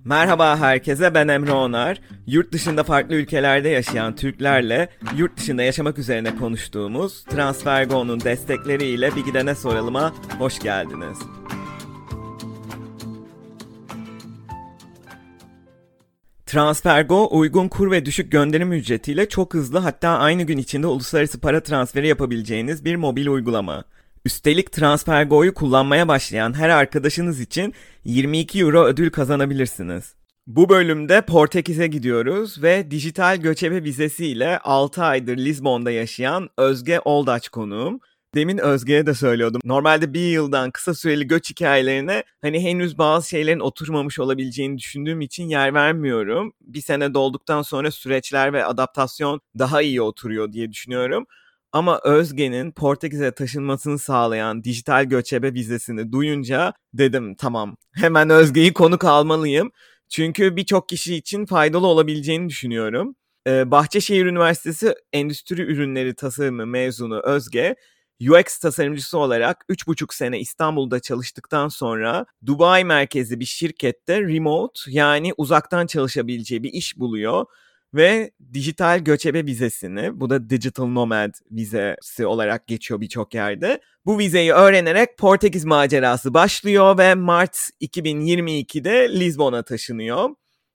Merhaba herkese, ben Emre Onar. Yurt dışında farklı ülkelerde yaşayan Türklerle yurt dışında yaşamak üzerine konuştuğumuz TransferGo'nun destekleriyle Bir Gidene Soralıma hoş geldiniz. TransferGo, uygun kur ve düşük gönderim ücretiyle çok hızlı, hatta aynı gün içinde uluslararası para transferi yapabileceğiniz bir mobil uygulama. Üstelik TransferGo'yu kullanmaya başlayan her arkadaşınız için 22 euro ödül kazanabilirsiniz. Bu bölümde Portekiz'e gidiyoruz ve dijital göçebe vizesiyle 6 aydır Lizbon'da yaşayan Özge Oldaç konuğum. Demin Özge'ye de söylüyordum. Normalde bir yıldan kısa süreli göç hikayelerine henüz bazı şeylerin oturmamış olabileceğini düşündüğüm için yer vermiyorum. Bir sene dolduktan sonra süreçler ve adaptasyon daha iyi oturuyor diye düşünüyorum. Ama Özge'nin Portekiz'e taşınmasını sağlayan dijital göçebe vizesini duyunca dedim tamam, hemen Özge'yi konuk almalıyım. Çünkü birçok kişi için faydalı olabileceğini düşünüyorum. Bahçeşehir Üniversitesi Endüstri Ürünleri Tasarımı mezunu Özge, UX tasarımcısı olarak 3,5 sene İstanbul'da çalıştıktan sonra Dubai merkezli bir şirkette remote, yani uzaktan çalışabileceği bir iş buluyor ve dijital göçebe vizesini, bu da Digital Nomad vizesi olarak geçiyor birçok yerde, bu vizeyi öğrenerek Portekiz macerası başlıyor ve Mart 2022'de Lizbon'a taşınıyor.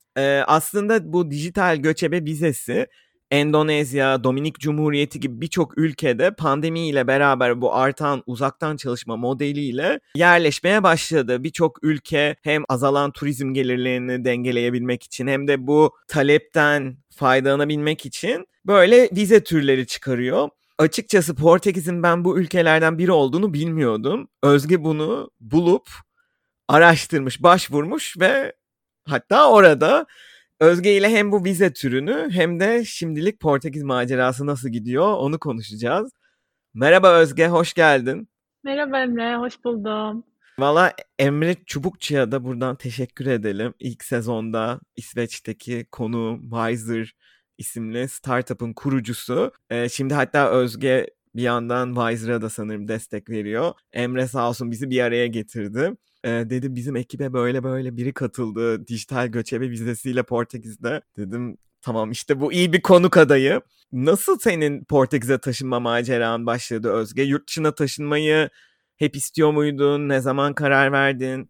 Aslında bu dijital göçebe vizesi Endonezya, Dominik Cumhuriyeti gibi birçok ülkede pandemiyle beraber bu artan uzaktan çalışma modeliyle yerleşmeye başladı. Birçok ülke hem azalan turizm gelirlerini dengeleyebilmek için hem de bu talepten faydalanabilmek için böyle vize türleri çıkarıyor. Açıkçası Portekiz'in ben bu ülkelerden biri olduğunu bilmiyordum. Özge bunu bulup araştırmış, başvurmuş ve hatta orada Özge ile hem bu vize türünü hem de şimdilik Portekiz macerası nasıl gidiyor onu konuşacağız. Merhaba Özge, hoş geldin. Merhaba Emre, hoş buldum. Valla Emre Çubukçu'ya da buradan teşekkür edelim. İlk sezonda İsveç'teki konu Wiser isimli startup'ın kurucusu. Şimdi hatta Özge bir yandan Wiser'a da sanırım destek veriyor. Emre sağ olsun bizi bir araya getirdi. Dedi bizim ekibe böyle böyle biri katıldı dijital göçebe vizesiyle Portekiz'de. Dedim tamam, işte bu iyi bir konuk adayı. Nasıl senin Portekiz'e taşınma maceran başladı Özge? Yurt dışına taşınmayı hep istiyor muydun? Ne zaman karar verdin?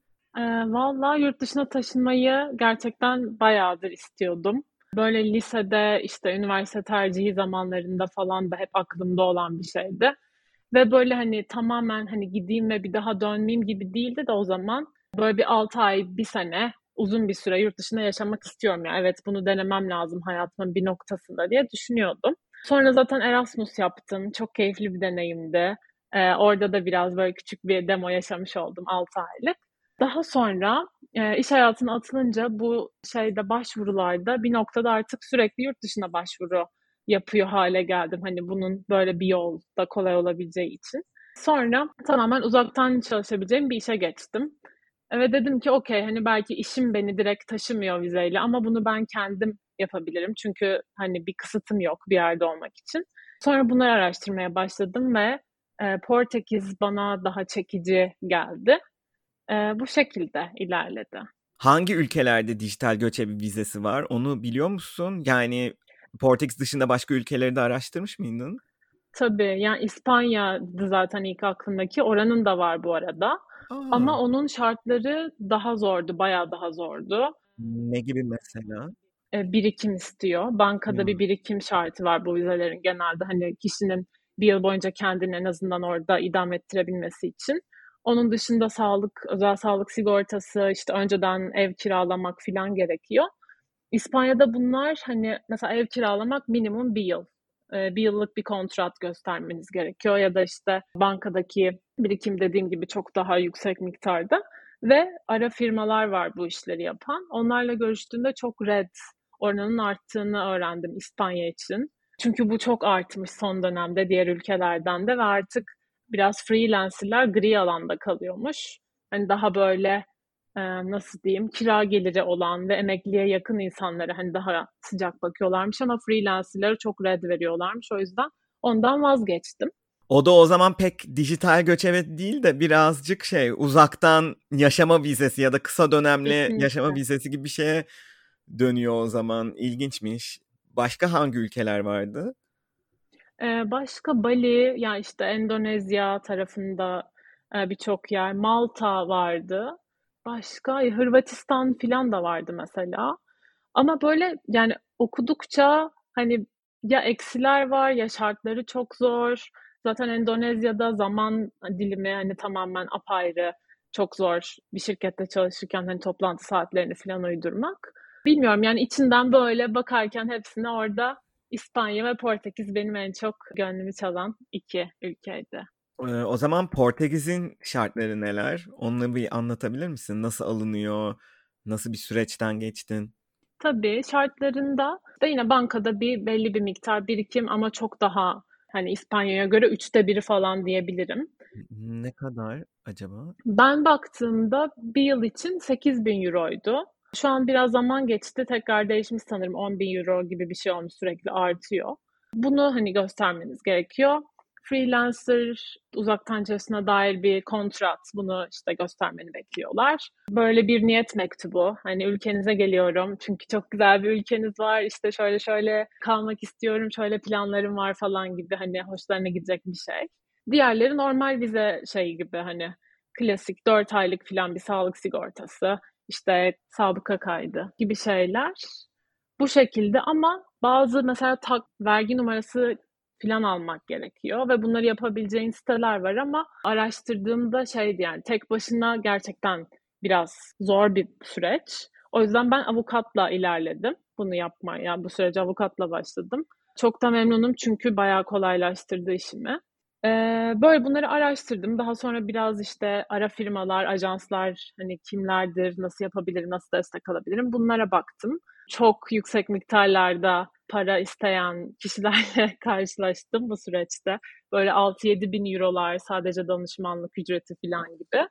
Valla yurt dışına taşınmayı gerçekten bayağıdır istiyordum. Böyle lisede, işte üniversite tercihi zamanlarında falan da hep aklımda olan bir şeydi. Ve böyle hani tamamen hani gideyim ve bir daha dönmeyeyim gibi değildi de o zaman. Böyle bir 6 ay, bir sene uzun bir süre yurt dışında yaşamak istiyorum ya. Evet, bunu denemem lazım hayatımın bir noktasında diye düşünüyordum. Sonra zaten Erasmus yaptım. Çok keyifli bir deneyimdi. Orada da biraz böyle küçük bir demo yaşamış oldum 6 aylık. Daha sonra iş hayatına atılınca bu başvurularda bir noktada artık sürekli yurt dışına başvuru yapıyor hale geldim. Hani bunun böyle bir yolda kolay olabileceği için. Sonra tamamen uzaktan çalışabileceğim bir işe geçtim. Ve dedim ki okey, hani belki işim beni direkt taşımıyor vizeyle ama bunu ben kendim yapabilirim. Çünkü hani bir kısıtım yok bir yerde olmak için. Sonra bunları araştırmaya başladım ve Portekiz bana daha çekici geldi. Bu şekilde ilerledi. Hangi ülkelerde dijital göçebe vizesi var? Onu biliyor musun? Yani Portekiz dışında başka ülkeleri de araştırmış mıydın? Tabii, yani İspanya'dı zaten ilk aklımdaki. Oranın da var bu arada. Aa, Ama onun şartları daha zordu, bayağı daha zordu. ne gibi mesela? Birikim istiyor. Bankada bir Ya. birikim şartı var bu vizelerin genelde. Hani kişinin bir yıl boyunca kendini en azından orada idame ettirebilmesi için. Onun dışında sağlık, özel sağlık sigortası, işte önceden ev kiralamak falan gerekiyor. İspanya'da bunlar hani mesela ev kiralamak minimum bir yıl. Bir yıllık bir kontrat göstermeniz gerekiyor ya da işte bankadaki birikim dediğim gibi çok daha yüksek miktarda ve ara firmalar var bu işleri yapan. Onlarla görüştüğümde çok red oranının arttığını öğrendim İspanya için. Çünkü bu çok artmış son dönemde diğer ülkelerden de ve artık biraz freelancerlar gri alanda kalıyormuş. Hani daha böyle nasıl diyeyim, kira geliri olan ve emekliye yakın insanlara hani daha sıcak bakıyorlarmış ama freelancerlara çok red veriyorlarmış. O yüzden ondan vazgeçtim. O da o zaman pek dijital göçebe değil de birazcık uzaktan yaşama vizesi ya da kısa dönemli yaşama Kesinlikle. vizesi gibi bir şeye dönüyor o zaman. İlginçmiş. Başka hangi ülkeler vardı? Başka Bali, ya işte Endonezya tarafında birçok yer, Malta vardı. Başka Hırvatistan filan da vardı mesela. Ama böyle yani okudukça hani ya eksiler var ya şartları çok zor. Zaten Endonezya'da zaman dilimi hani tamamen apayrı. Çok zor bir şirkette çalışırken hani toplantı saatlerini filan uydurmak. Bilmiyorum yani içinden böyle bakarken hepsine orada İspanya ve Portekiz benim en çok gönlümü çalan iki ülkeydi. O zaman Portekiz'in şartları neler? Onları bir anlatabilir misin? Nasıl alınıyor? Nasıl bir süreçten geçtin? Tabii şartlarında da yine bankada belli bir miktar birikim ama çok daha hani İspanya'ya göre 1/3 falan diyebilirim. Ne kadar acaba? Ben baktığımda bir yıl için 8.000 euroydu. Şu an biraz zaman geçti. Tekrar değişmiş sanırım 10.000 euro gibi bir şey olmuş sürekli artıyor. Bunu hani göstermeniz gerekiyor. Freelancer, uzaktan çalışına dair bir kontrat, bunu işte göstermeni bekliyorlar. Böyle bir niyet mektubu, hani ülkenize geliyorum çünkü çok güzel bir ülkeniz var, işte şöyle şöyle kalmak istiyorum, şöyle planlarım var falan gibi hani hoşlarına gidecek bir şey. Diğerleri normal vize şey gibi hani klasik 4 aylık falan bir sağlık sigortası, işte sabıka kaydı gibi şeyler. Bu şekilde ama bazı mesela vergi numarası falan almak gerekiyor ve bunları yapabileceğin siteler var ama araştırdığımda şeydi yani tek başına gerçekten biraz zor bir süreç. O yüzden ben avukatla ilerledim bunu yapmaya. Bu sürece avukatla başladım. Çok da memnunum çünkü bayağı kolaylaştırdı işimi. Böyle bunları araştırdım. Daha sonra biraz işte ara firmalar, ajanslar hani kimlerdir, nasıl yapabilirim, nasıl destek alabilirim bunlara baktım. Çok yüksek miktarlarda para isteyen kişilerle karşılaştım bu süreçte. Böyle 6-7 bin eurolar sadece danışmanlık ücreti falan gibi.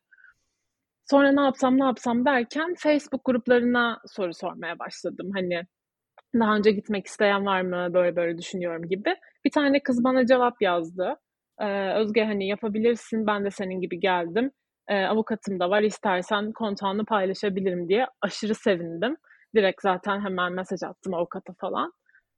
Sonra ne yapsam derken Facebook gruplarına soru sormaya başladım. Hani daha önce gitmek isteyen var mı? Böyle böyle düşünüyorum gibi. Bir tane kız bana cevap yazdı. Özge hani yapabilirsin. Ben de senin gibi geldim. Avukatım da var. İstersen kontağını paylaşabilirim diye. Aşırı sevindim. Direkt zaten hemen mesaj attım avukata falan.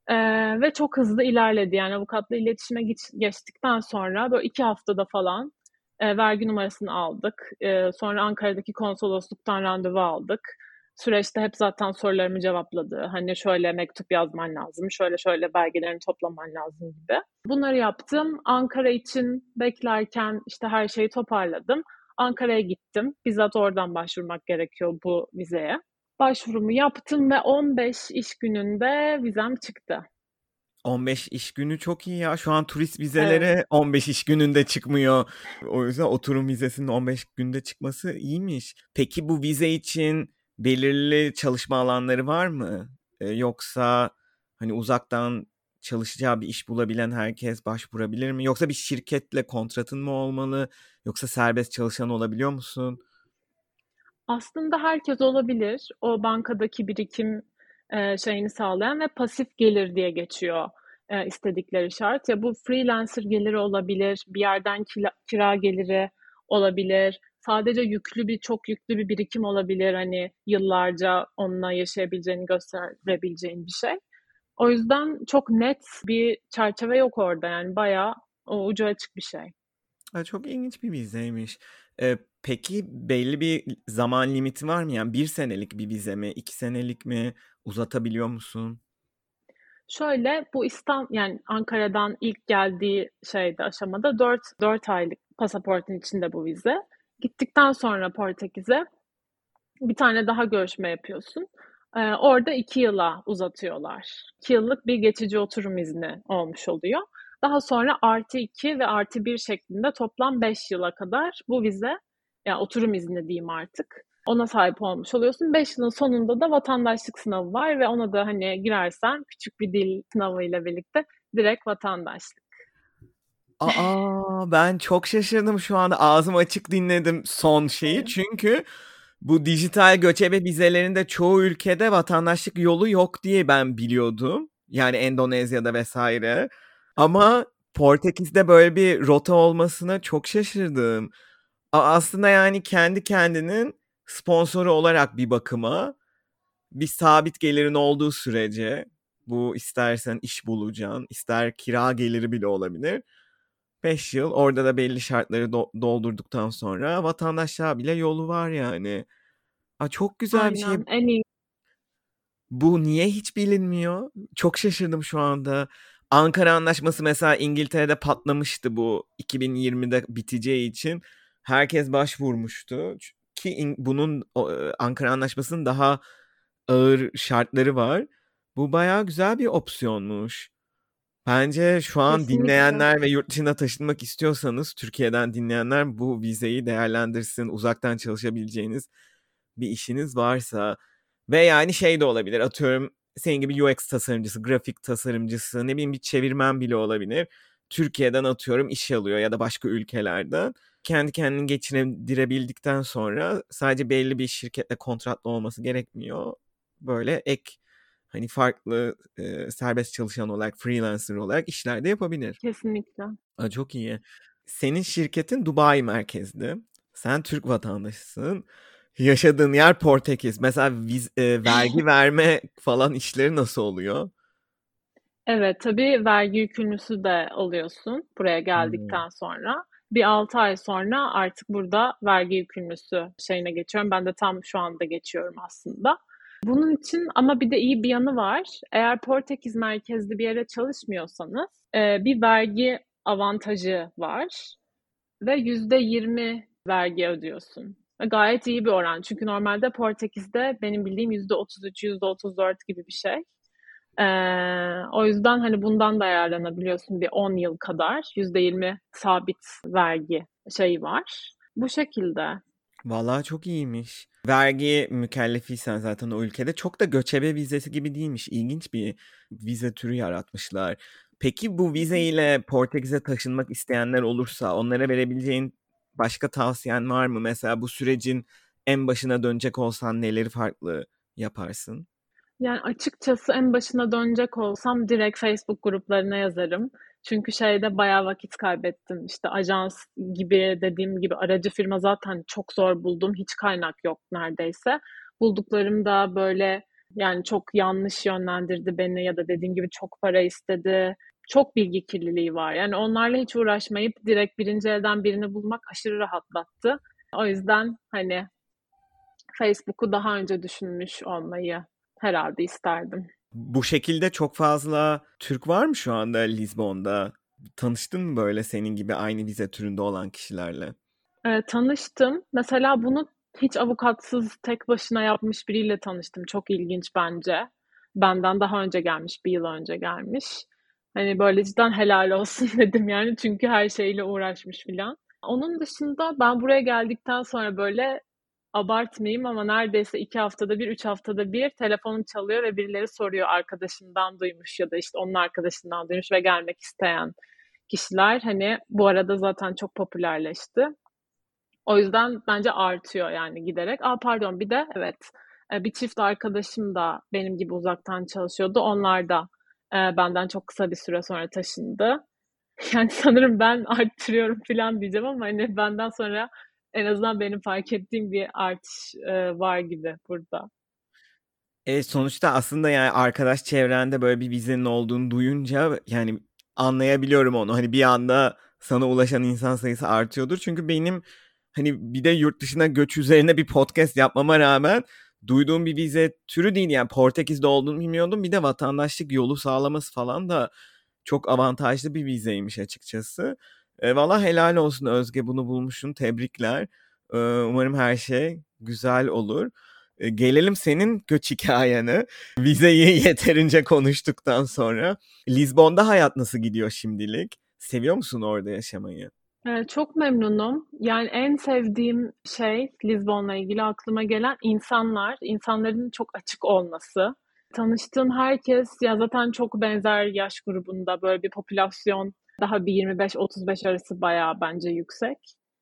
Ve çok hızlı ilerledi. Yani avukatla iletişime geçtikten sonra böyle 2 haftada falan vergi numarasını aldık. Sonra Ankara'daki konsolosluktan randevu aldık. Süreçte hep zaten sorularımı cevapladı. Hani şöyle mektup yazman lazım, şöyle şöyle belgelerini toplaman lazım gibi. Bunları yaptım. Ankara için beklerken işte her şeyi toparladım. Ankara'ya gittim. Bizzat oradan başvurmak gerekiyor bu vizeye. Başvurumu yaptım ve 15 iş gününde vizem çıktı. 15 iş günü çok iyi ya. Şu an turist Evet. vizeleri 15 iş gününde çıkmıyor. O yüzden oturum vizesinin 15 günde çıkması iyiymiş. Peki bu vize için belirli çalışma alanları var mı? Yoksa hani uzaktan çalışacağı bir iş bulabilen herkes başvurabilir mi? Yoksa bir şirketle kontratın mı olmalı? Yoksa serbest çalışan olabiliyor musun? Aslında herkes olabilir. O bankadaki birikim şeyini sağlayan ve pasif gelir diye geçiyor istedikleri şart. Ya bu freelancer geliri olabilir, bir yerden kira geliri olabilir. Sadece çok yüklü bir birikim olabilir. Hani yıllarca onunla yaşayabileceğini gösterebileceğin bir şey. O yüzden çok net bir çerçeve yok orada. Yani bayağı o ucu açık bir şey. Ha, çok ilginç bir vizeymiş. Peki belli bir zaman limiti var mı? Yani bir senelik bir vize mi, 2 senelik mi? Uzatabiliyor musun? Şöyle bu yani Ankara'dan ilk geldiği aşamada dört aylık pasaportun içinde bu vize. Gittikten sonra Portekiz'e bir tane daha görüşme yapıyorsun. Orada 2 yıla uzatıyorlar. 2 yıllık bir geçici oturum izni olmuş oluyor. Daha sonra +2 ve +1 şeklinde toplam 5 yıla kadar bu vize, yani oturum izni diyeyim artık, ona sahip olmuş oluyorsun. 5 yılın sonunda da vatandaşlık sınavı var ve ona da hani girersen küçük bir dil sınavıyla birlikte direkt vatandaşlık. Aa, ben çok şaşırdım şu anda. Ağzım açık dinledim son şeyi. Evet. Çünkü bu dijital göçebe vizelerinde çoğu ülkede vatandaşlık yolu yok diye ben biliyordum. Yani Endonezya'da vesaire. Ama Portekiz'de böyle bir rota olmasına çok şaşırdım. Aslında yani kendi kendinin sponsoru olarak bir bakıma bir sabit gelirin olduğu sürece bu istersen iş bulacaksın, ister kira geliri bile olabilir. 5 yıl orada da belli şartları doldurduktan sonra vatandaşlığa bile yolu var yani. Çok güzel bir şey. Aynen. En iyi. Bu niye hiç bilinmiyor? Çok şaşırdım şu anda. Ankara Anlaşması mesela İngiltere'de patlamıştı bu 2020'de biteceği için. Herkes başvurmuştu. Ki bunun Ankara Anlaşması'nın daha ağır şartları var. Bu bayağı güzel bir opsiyonmuş. Bence şu an Kesinlikle. dinleyenler ve yurt dışına taşınmak istiyorsanız Türkiye'den dinleyenler bu vizeyi değerlendirsin. Uzaktan çalışabileceğiniz bir işiniz varsa ve yani şey de olabilir. Atıyorum senin gibi UX tasarımcısı, grafik tasarımcısı, ne bileyim bir çevirmen bile olabilir. Türkiye'den atıyorum iş alıyor ya da başka ülkelerden. Kendi kendini geçirebildikten sonra sadece belli bir şirketle kontratlı olması gerekmiyor. Böyle ek hani farklı serbest çalışan olarak, freelancer olarak işler de yapabilir. Kesinlikle. Çok iyi. Senin şirketin Dubai merkezli. Sen Türk vatandaşısın. Yaşadığın yer Portekiz. Mesela vergi verme falan işleri nasıl oluyor? Evet, tabii vergi yükümlüsü de oluyorsun buraya Hmm. geldikten sonra. Bir 6 ay sonra artık burada vergi yükümlüsü şeyine geçiyorum. Ben de tam şu anda geçiyorum aslında. Bunun için ama bir de iyi bir yanı var. Eğer Portekiz merkezli bir yere çalışmıyorsanız bir vergi avantajı var ve %20 vergi ödüyorsun. Gayet iyi bir oran. Çünkü normalde Portekiz'de benim bildiğim %33, %34 gibi bir şey. O yüzden hani bundan da yararlanabiliyorsun bir 10 yıl kadar. %20 sabit vergi şeyi var. Bu şekilde. Vallahi çok iyiymiş. Vergi mükellefiysen zaten o ülkede çok da göçebe vizesi gibi değilmiş. İlginç bir vize türü yaratmışlar. Peki bu vizeyle Portekiz'e taşınmak isteyenler olursa onlara verebileceğin başka tavsiyen var mı? Mesela bu sürecin en başına dönecek olsan neleri farklı yaparsın? Yani açıkçası en başına dönecek olsam direkt Facebook gruplarına yazarım. Çünkü şeyde bayağı vakit kaybettim. İşte ajans gibi dediğim gibi aracı firma zaten çok zor buldum. Hiç kaynak yok neredeyse. Bulduklarım da böyle yani çok yanlış yönlendirdi beni ya da dediğim gibi çok para istedi. Çok bilgi kirliliği var. Yani onlarla hiç uğraşmayıp direkt birinci elden birini bulmak aşırı rahatlattı. O yüzden hani Facebook'u daha önce düşünmüş olmayı herhalde isterdim. Bu şekilde çok fazla Türk var mı şu anda Lizbon'da? Tanıştın mı böyle senin gibi aynı vize türünde olan kişilerle? Tanıştım. Mesela bunu hiç avukatsız tek başına yapmış biriyle tanıştım. Çok ilginç bence. Benden daha önce gelmiş, bir yıl önce gelmiş. Hani böyle cidden helal olsun dedim yani çünkü her şeyle uğraşmış filan. Onun dışında ben buraya geldikten sonra böyle abartmayayım ama neredeyse 2 haftada bir, 3 haftada bir telefonum çalıyor ve birileri soruyor arkadaşından duymuş ya da işte onun arkadaşından duymuş ve gelmek isteyen kişiler. Hani bu arada zaten çok popülerleşti. O yüzden bence artıyor yani giderek. Pardon bir de evet bir çift arkadaşım da benim gibi uzaktan çalışıyordu. Onlar da benden çok kısa bir süre sonra taşındı. Yani sanırım ben arttırıyorum falan diyeceğim ama hani benden sonra en azından benim fark ettiğim bir artış var gibi burada. Sonuçta aslında yani arkadaş çevrende böyle bir vizenin olduğunu duyunca yani anlayabiliyorum onu. Hani bir anda sana ulaşan insan sayısı artıyordur. Çünkü benim hani bir de yurt dışına göç üzerine bir podcast yapmama rağmen duyduğum bir vize türü değil. Yani Portekiz'de olduğunu bilmiyordum. Bir de vatandaşlık yolu sağlaması falan da çok avantajlı bir vizeymiş açıkçası. Valla helal olsun Özge, bunu bulmuşsun. Tebrikler. Umarım her şey güzel olur. Gelelim senin göç hikayene. Vizeyi yeterince konuştuktan sonra. Lizbon'da hayat nasıl gidiyor şimdilik? Seviyor musun orada yaşamayı? Çok memnunum. Yani en sevdiğim şey Lizbon'la ilgili aklıma gelen insanlar, insanların çok açık olması. Tanıştığım herkes ya zaten çok benzer yaş grubunda böyle bir popülasyon daha bir 25-35 arası bayağı bence yüksek.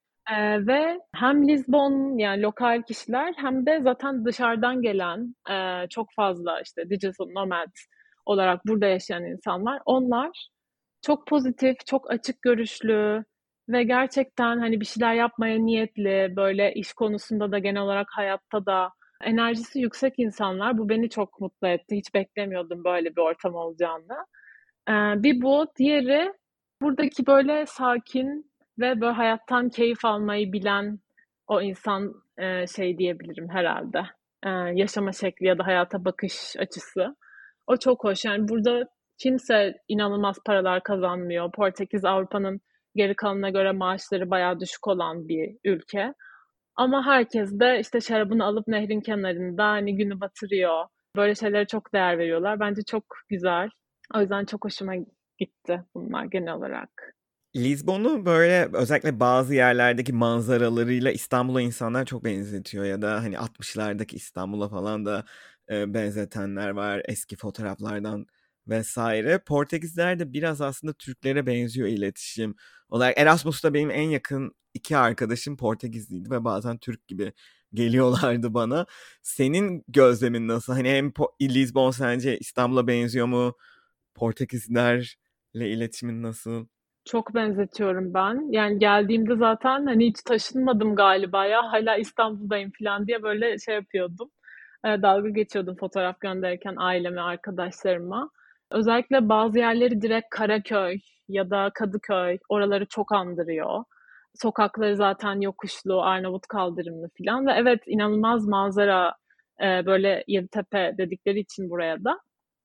Ve hem Lizbon yani lokal kişiler hem de zaten dışarıdan gelen çok fazla işte digital nomad olarak burada yaşayan insanlar onlar Çok pozitif, çok açık görüşlü ve gerçekten hani bir şeyler yapmaya niyetli, böyle iş konusunda da genel olarak hayatta da enerjisi yüksek insanlar. Bu beni çok mutlu etti. Hiç beklemiyordum böyle bir ortam olacağını. Bir bu, diğeri buradaki böyle sakin ve böyle hayattan keyif almayı bilen o insan şey diyebilirim herhalde. Yaşama şekli ya da hayata bakış açısı. O çok hoş. Yani burada kimse inanılmaz paralar kazanmıyor. Portekiz Avrupa'nın geri kalanına göre maaşları bayağı düşük olan bir ülke. Ama herkes de işte şarabını alıp nehrin kenarında hani günü batırıyor. Böyle şeylere çok değer veriyorlar. Bence çok güzel. O yüzden çok hoşuma gitti bunlar genel olarak. Lizbon'u böyle özellikle bazı yerlerdeki manzaralarıyla İstanbul'a insanlar çok benzetiyor ya da hani 60'lardaki İstanbul'a falan da benzetenler var eski fotoğraflardan vesaire. Portekizler de biraz aslında Türklere benziyor iletişim olarak. Erasmus'ta benim en yakın iki arkadaşım Portekizliydi ve bazen Türk gibi geliyorlardı bana. Senin gözlemin nasıl? Hani hem Lizbon sence İstanbul'a benziyor mu? Portekizlerle iletişimin nasıl? Çok benzetiyorum ben. Yani geldiğimde zaten hani hiç taşınmadım galiba ya. Hala İstanbul'dayım falan diye böyle şey yapıyordum. Dalga geçiyordum fotoğraf gönderirken aileme, arkadaşlarıma. Özellikle bazı yerleri direkt Karaköy ya da Kadıköy oraları çok andırıyor. Sokakları zaten yokuşlu, Arnavut kaldırımlı falan ve evet inanılmaz manzara böyle Yeditepe dedikleri için buraya da.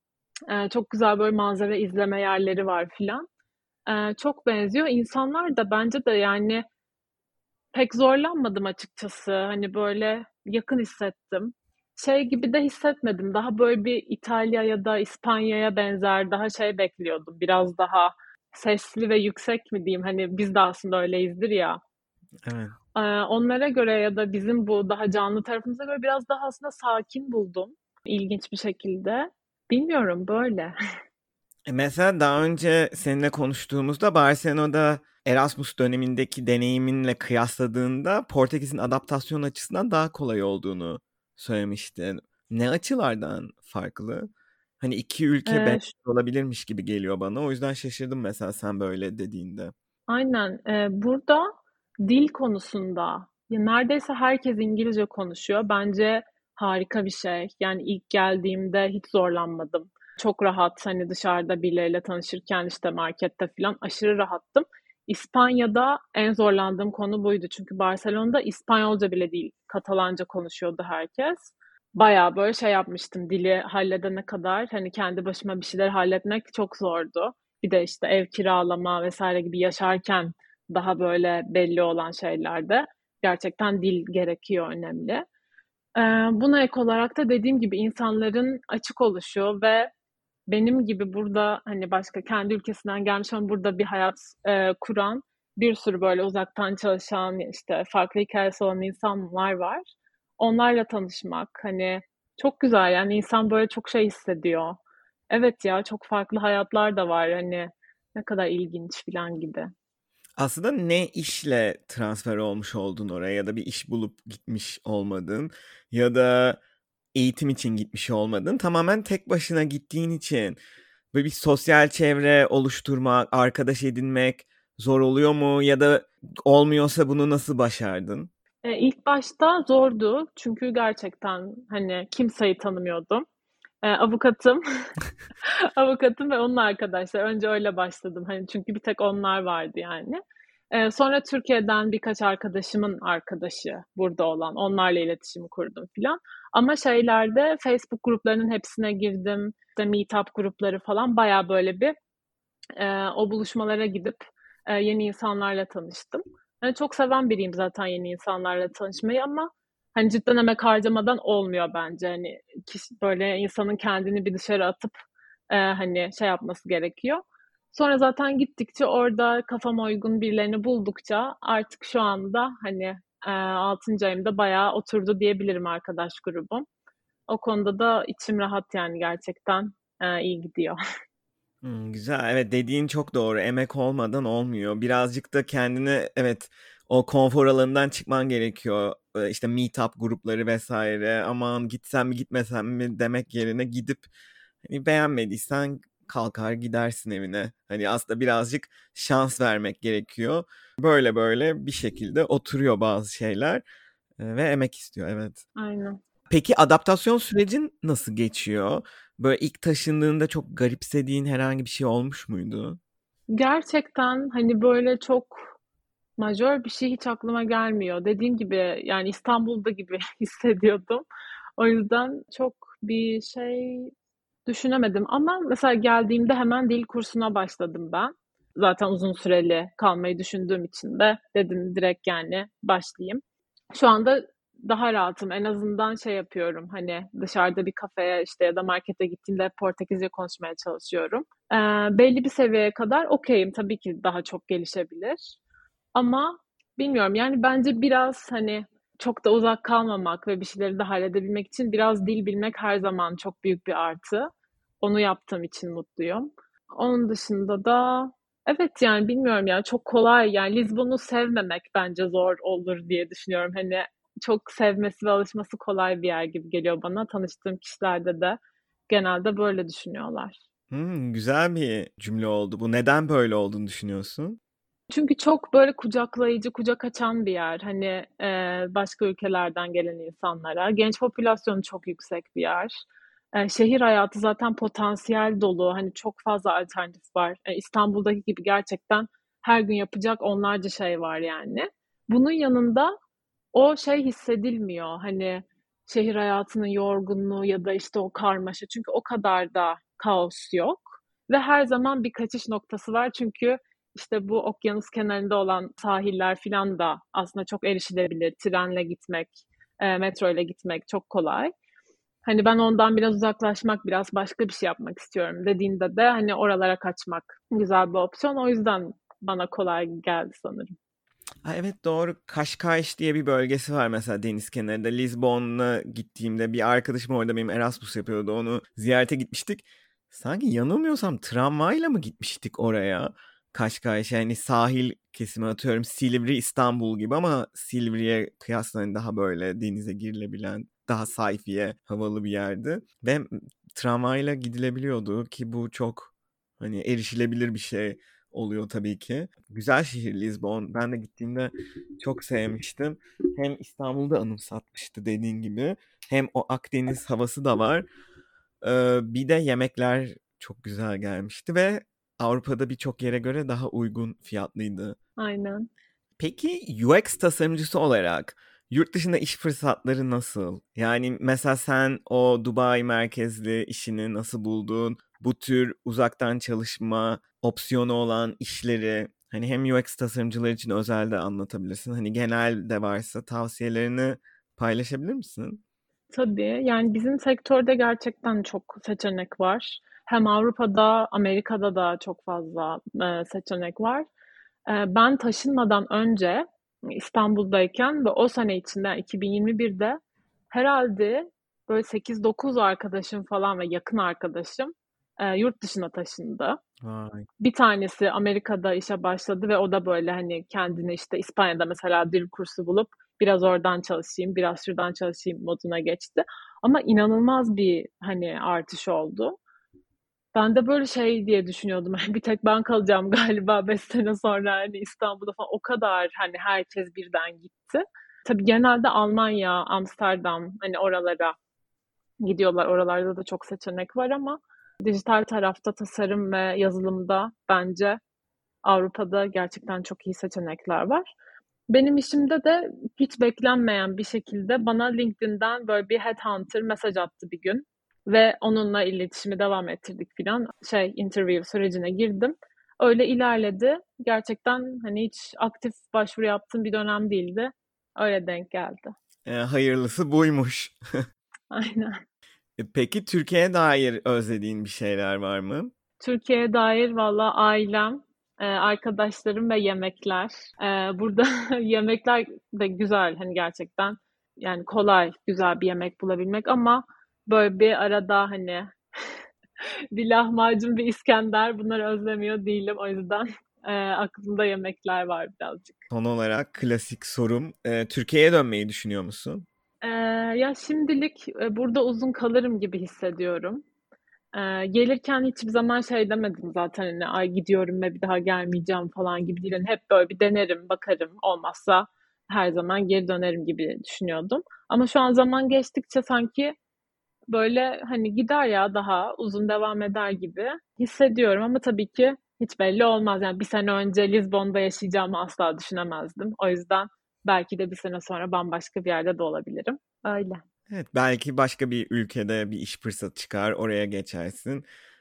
Çok güzel böyle manzara izleme yerleri var filan. Çok benziyor. İnsanlar da bence de yani pek zorlanmadım açıkçası. Hani böyle yakın hissettim. Şey gibi de hissetmedim. Daha böyle bir İtalya ya da İspanya'ya benzer daha şey bekliyordum. Biraz daha sesli ve yüksek mi diyeyim? Hani biz de aslında öyleyizdir ya. Evet. Onlara göre ya da bizim bu daha canlı tarafımıza göre biraz daha aslında sakin buldum. İlginç bir şekilde. Bilmiyorum böyle. Mesela daha önce seninle konuştuğumuzda Barcelona'da Erasmus dönemindeki deneyiminle kıyasladığında Portekiz'in adaptasyon açısından daha kolay olduğunu söylemiştin. Ne açılardan farklı? Hani iki ülke benzer Ee, olabilirmiş gibi geliyor bana. O yüzden şaşırdım mesela sen böyle dediğinde. Aynen. Burada dil konusunda ya neredeyse herkes İngilizce konuşuyor. Bence harika bir şey. Yani ilk geldiğimde hiç zorlanmadım. Çok rahat hani dışarıda birileriyle tanışırken işte markette falan aşırı rahattım. İspanya'da en zorlandığım konu buydu. Çünkü Barcelona'da İspanyolca bile değil, Katalanca konuşuyordu herkes. Bayağı böyle şey yapmıştım dili halledene kadar. Hani kendi başıma bir şeyler halletmek çok zordu. Bir de işte ev kiralama vesaire gibi yaşarken daha böyle belli olan şeylerde gerçekten dil gerekiyor önemli. Buna ek olarak da dediğim gibi insanların açık oluşu ve benim gibi burada hani başka kendi ülkesinden gelmiş ama burada bir hayat kuran bir sürü böyle uzaktan çalışan işte farklı hikayesi olan insanlar var. Onlarla tanışmak hani çok güzel yani insan böyle çok şey hissediyor. Evet ya çok farklı hayatlar da var hani ne kadar ilginç falan gibi. Aslında ne işle transfer olmuş oldun oraya ya da bir iş bulup gitmiş olmadın ya da eğitim için gitmiş olmadın. Tamamen tek başına gittiğin için böyle bir sosyal çevre oluşturmak, arkadaş edinmek zor oluyor mu ya da olmuyorsa bunu nasıl başardın? İlk başta zordu çünkü gerçekten hani kimseyi tanımıyordum. Avukatım, avukatım ve onun arkadaşları. Önce öyle başladım. Hani çünkü bir tek onlar vardı yani. Sonra Türkiye'den birkaç arkadaşımın arkadaşı burada olan. Onlarla iletişimi kurdum filan. Ama şeylerde Facebook gruplarının hepsine girdim. İşte Meetup grupları falan baya böyle bir o buluşmalara gidip yeni insanlarla tanıştım. Yani çok seven biriyim zaten yeni insanlarla tanışmayı ama hani cidden emek harcamadan olmuyor bence. Hani kişi, böyle insanın kendini bir dışarı atıp hani şey yapması gerekiyor. Sonra zaten gittikçe orada kafama uygun birilerini buldukça artık şu anda hani 6. ayımda bayağı oturdu diyebilirim arkadaş grubum. O konuda da içim rahat yani gerçekten iyi gidiyor. Güzel. Evet dediğin çok doğru. Emek olmadan olmuyor. Birazcık da kendini evet o konfor alanından çıkman gerekiyor. İşte meetup grupları vesaire. Aman gitsem mi gitmesem mi demek yerine gidip hani beğenmediysen kalkar gidersin evine. Hani aslında birazcık şans vermek gerekiyor. Böyle böyle bir şekilde oturuyor bazı şeyler ve emek istiyor, evet. Aynen. Peki adaptasyon sürecin nasıl geçiyor? Böyle ilk taşındığında çok garipsediğin herhangi bir şey olmuş muydu? Gerçekten hani böyle çok majör bir şey hiç aklıma gelmiyor. Dediğim gibi yani İstanbul'da gibi hissediyordum. O yüzden çok bir şey düşünemedim. Ama mesela geldiğimde hemen dil kursuna başladım ben. Zaten uzun süreli kalmayı düşündüğüm için de dedim direkt yani başlayayım. Şu anda daha rahatım. En azından şey yapıyorum. Hani dışarıda bir kafeye işte ya da markete gittiğimde Portekizce konuşmaya çalışıyorum. Belli bir seviyeye kadar okeyim. Tabii ki daha çok gelişebilir. Ama bilmiyorum yani bence biraz hani çok da uzak kalmamak ve bir şeyleri de halledebilmek için biraz dil bilmek her zaman çok büyük bir artı. Onu yaptığım için mutluyum. Onun dışında da evet yani bilmiyorum ya çok kolay yani Lizbon'u sevmemek bence zor olur diye düşünüyorum. Hani çok sevmesi ve alışması kolay bir yer gibi geliyor bana. Tanıştığım kişilerde de genelde böyle düşünüyorlar. Güzel bir cümle oldu. Bu neden böyle olduğunu düşünüyorsun? Çünkü çok böyle kucaklayıcı, kucak açan bir yer. Hani başka ülkelerden gelen insanlara. Genç popülasyonu çok yüksek bir yer. Şehir hayatı zaten potansiyel dolu. Hani çok fazla alternatif var. İstanbul'daki gibi gerçekten her gün yapacak onlarca şey var yani. Bunun yanında o şey hissedilmiyor. Hani şehir hayatının yorgunluğu ya da işte o karmaşa. Çünkü o kadar da kaos yok. Ve her zaman bir kaçış noktası var. Çünkü işte bu okyanus kenarında olan sahiller filan da aslında çok erişilebilir. Trenle gitmek, metro ile gitmek çok kolay. Hani ben ondan biraz uzaklaşmak, biraz başka bir şey yapmak istiyorum dediğinde de hani oralara kaçmak güzel bir opsiyon. O yüzden bana kolay geldi sanırım. Ha, evet doğru. Kaşkayş diye bir bölgesi var mesela deniz kenarında. Lizbon'a gittiğimde bir arkadaşım orada benim Erasmus yapıyordu. Onu ziyarete gitmiştik. Sanki yanılmıyorsam tramvayla mı gitmiştik oraya? Kaşkayş yani sahil kesimi atıyorum. Silivri İstanbul gibi ama Silivri'ye kıyasla hani daha böyle denize girilebilen daha sayfiye havalı bir yerdi. Ve tramvayla gidilebiliyordu ki bu çok hani erişilebilir bir şey oluyor tabii ki. Güzel şehir Lizbon. Ben de gittiğimde çok sevmiştim. Hem İstanbul'da anımsatmıştı dediğin gibi. Hem o Akdeniz havası da var. Bir de yemekler çok güzel gelmişti ve Avrupa'da birçok yere göre daha uygun fiyatlıydı. Aynen. Peki UX tasarımcısı olarak yurt dışında iş fırsatları nasıl? Yani mesela sen o Dubai merkezli işini nasıl buldun? Bu tür uzaktan çalışma opsiyonu olan işleri hani hem UX tasarımcılar için özel de anlatabilirsin. Hani genel de varsa tavsiyelerini paylaşabilir misin? Tabii. Yani bizim sektörde gerçekten çok seçenek var. Hem Avrupa'da, Amerika'da da çok fazla seçenek var. Ben taşınmadan önce İstanbul'dayken ve o sene içinde 2021'de herhalde böyle 8-9 arkadaşım falan ve yakın arkadaşım yurt dışına taşındı. Vay. Bir tanesi Amerika'da işe başladı ve o da böyle hani kendini işte İspanya'da mesela dil kursu bulup biraz oradan çalışayım, biraz şuradan çalışayım moduna geçti. Ama inanılmaz bir hani artış oldu. Ben de böyle şey diye düşünüyordum. Bir tek ben kalacağım galiba 5 sene sonra hani İstanbul'da falan. O kadar hani herkes birden gitti. Tabii genelde Almanya, Amsterdam hani oralara gidiyorlar. Oralarda da çok seçenek var ama dijital tarafta tasarım ve yazılımda bence Avrupa'da gerçekten çok iyi seçenekler var. Benim işimde de hiç beklenmeyen bir şekilde bana LinkedIn'den böyle bir headhunter mesaj attı bir gün ve onunla iletişimi devam ettirdik filan. Interview sürecine girdim. Öyle ilerledi. Gerçekten hani hiç aktif başvuru yaptığım bir dönem değildi. Öyle denk geldi. Hayırlısı buymuş. Aynen. Peki Türkiye'ye dair özlediğin bir şeyler var mı? Türkiye'ye dair valla ailem, arkadaşlarım ve yemekler. Burada yemekler de güzel hani gerçekten yani kolay güzel bir yemek bulabilmek ama böyle bir arada hani bir lahmacun, bir İskender bunları özlemiyor değilim. O yüzden aklımda yemekler var birazcık. Son olarak klasik sorum. Türkiye'ye dönmeyi düşünüyor musun? Ya şimdilik burada uzun kalırım gibi hissediyorum. Gelirken hiçbir zaman şey demedim zaten, hani ay gidiyorum ve bir daha gelmeyeceğim falan gibi değil. Hani hep böyle bir denerim, bakarım. Olmazsa her zaman geri dönerim gibi düşünüyordum. Ama şu an zaman geçtikçe sanki böyle hani gider ya, daha uzun devam eder gibi hissediyorum, ama tabii ki hiç belli olmaz. Yani bir sene önce Lizbon'da yaşayacağımı asla düşünemezdim. O yüzden belki de bir sene sonra bambaşka bir yerde de olabilirim. Öyle. Evet, belki başka bir ülkede bir iş fırsatı çıkar, oraya geçersin.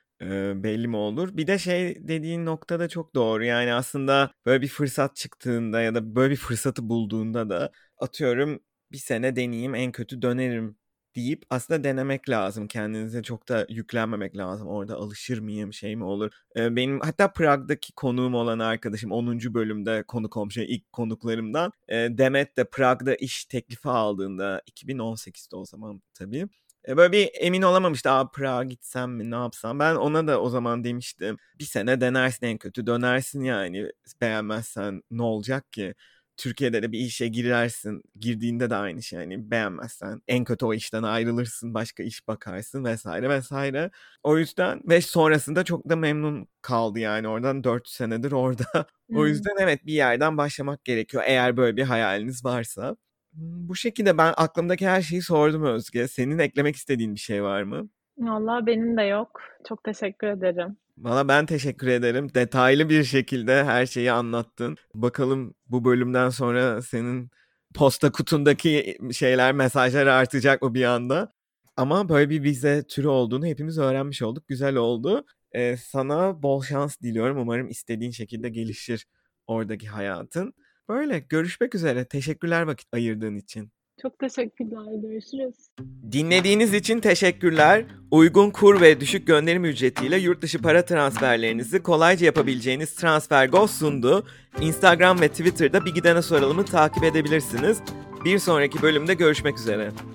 Belli mi olur? Bir de şey dediğin nokta da çok doğru. Yani aslında böyle bir fırsat çıktığında ya da böyle bir fırsatı bulduğunda da atıyorum bir sene deneyeyim, en kötü dönerim deyip aslında denemek lazım. Kendinize çok da yüklenmemek lazım. Orada alışır mıyım, şey mi olur? Benim hatta Prag'daki konuğum olan arkadaşım 10. bölümde konu komşu ilk konuklarımdan Demet de Prag'da iş teklifi aldığında 2018'de o zaman tabii. Böyle bir emin olamamıştı. Prag'a gitsem mi, ne yapsam? Ben ona da o zaman demiştim. Bir sene denersin, en kötü dönersin yani. Beğenmezsen ne olacak ki? Türkiye'de de bir işe girersin. Girdiğinde de aynı şey. Yani beğenmezsen en kötü o işten ayrılırsın. Başka iş bakarsın vesaire vesaire. O yüzden ve sonrasında çok da memnun kaldı yani. Oradan 4 senedir orada. O Hmm. yüzden evet, bir yerden başlamak gerekiyor. Eğer böyle bir hayaliniz varsa. Bu şekilde ben aklımdaki her şeyi sordum Özge. Senin eklemek istediğin bir şey var mı? Vallahi benim de yok. Çok teşekkür ederim. Valla ben teşekkür ederim. Detaylı bir şekilde her şeyi anlattın. Bakalım bu bölümden sonra senin posta kutundaki şeyler, mesajlar artacak mı bir anda? Ama böyle bir vize türü olduğunu hepimiz öğrenmiş olduk. Güzel oldu. Sana bol şans diliyorum. Umarım istediğin şekilde gelişir oradaki hayatın. Böyle görüşmek üzere. Teşekkürler vakit ayırdığın için. Çok teşekkürler. Görüşürüz. Dinlediğiniz için teşekkürler. Uygun kur ve düşük gönderim ücretiyle yurt dışı para transferlerinizi kolayca yapabileceğiniz TransferGo sundu. Instagram ve Twitter'da Bir Gidene Soralım'ı takip edebilirsiniz. Bir sonraki bölümde görüşmek üzere.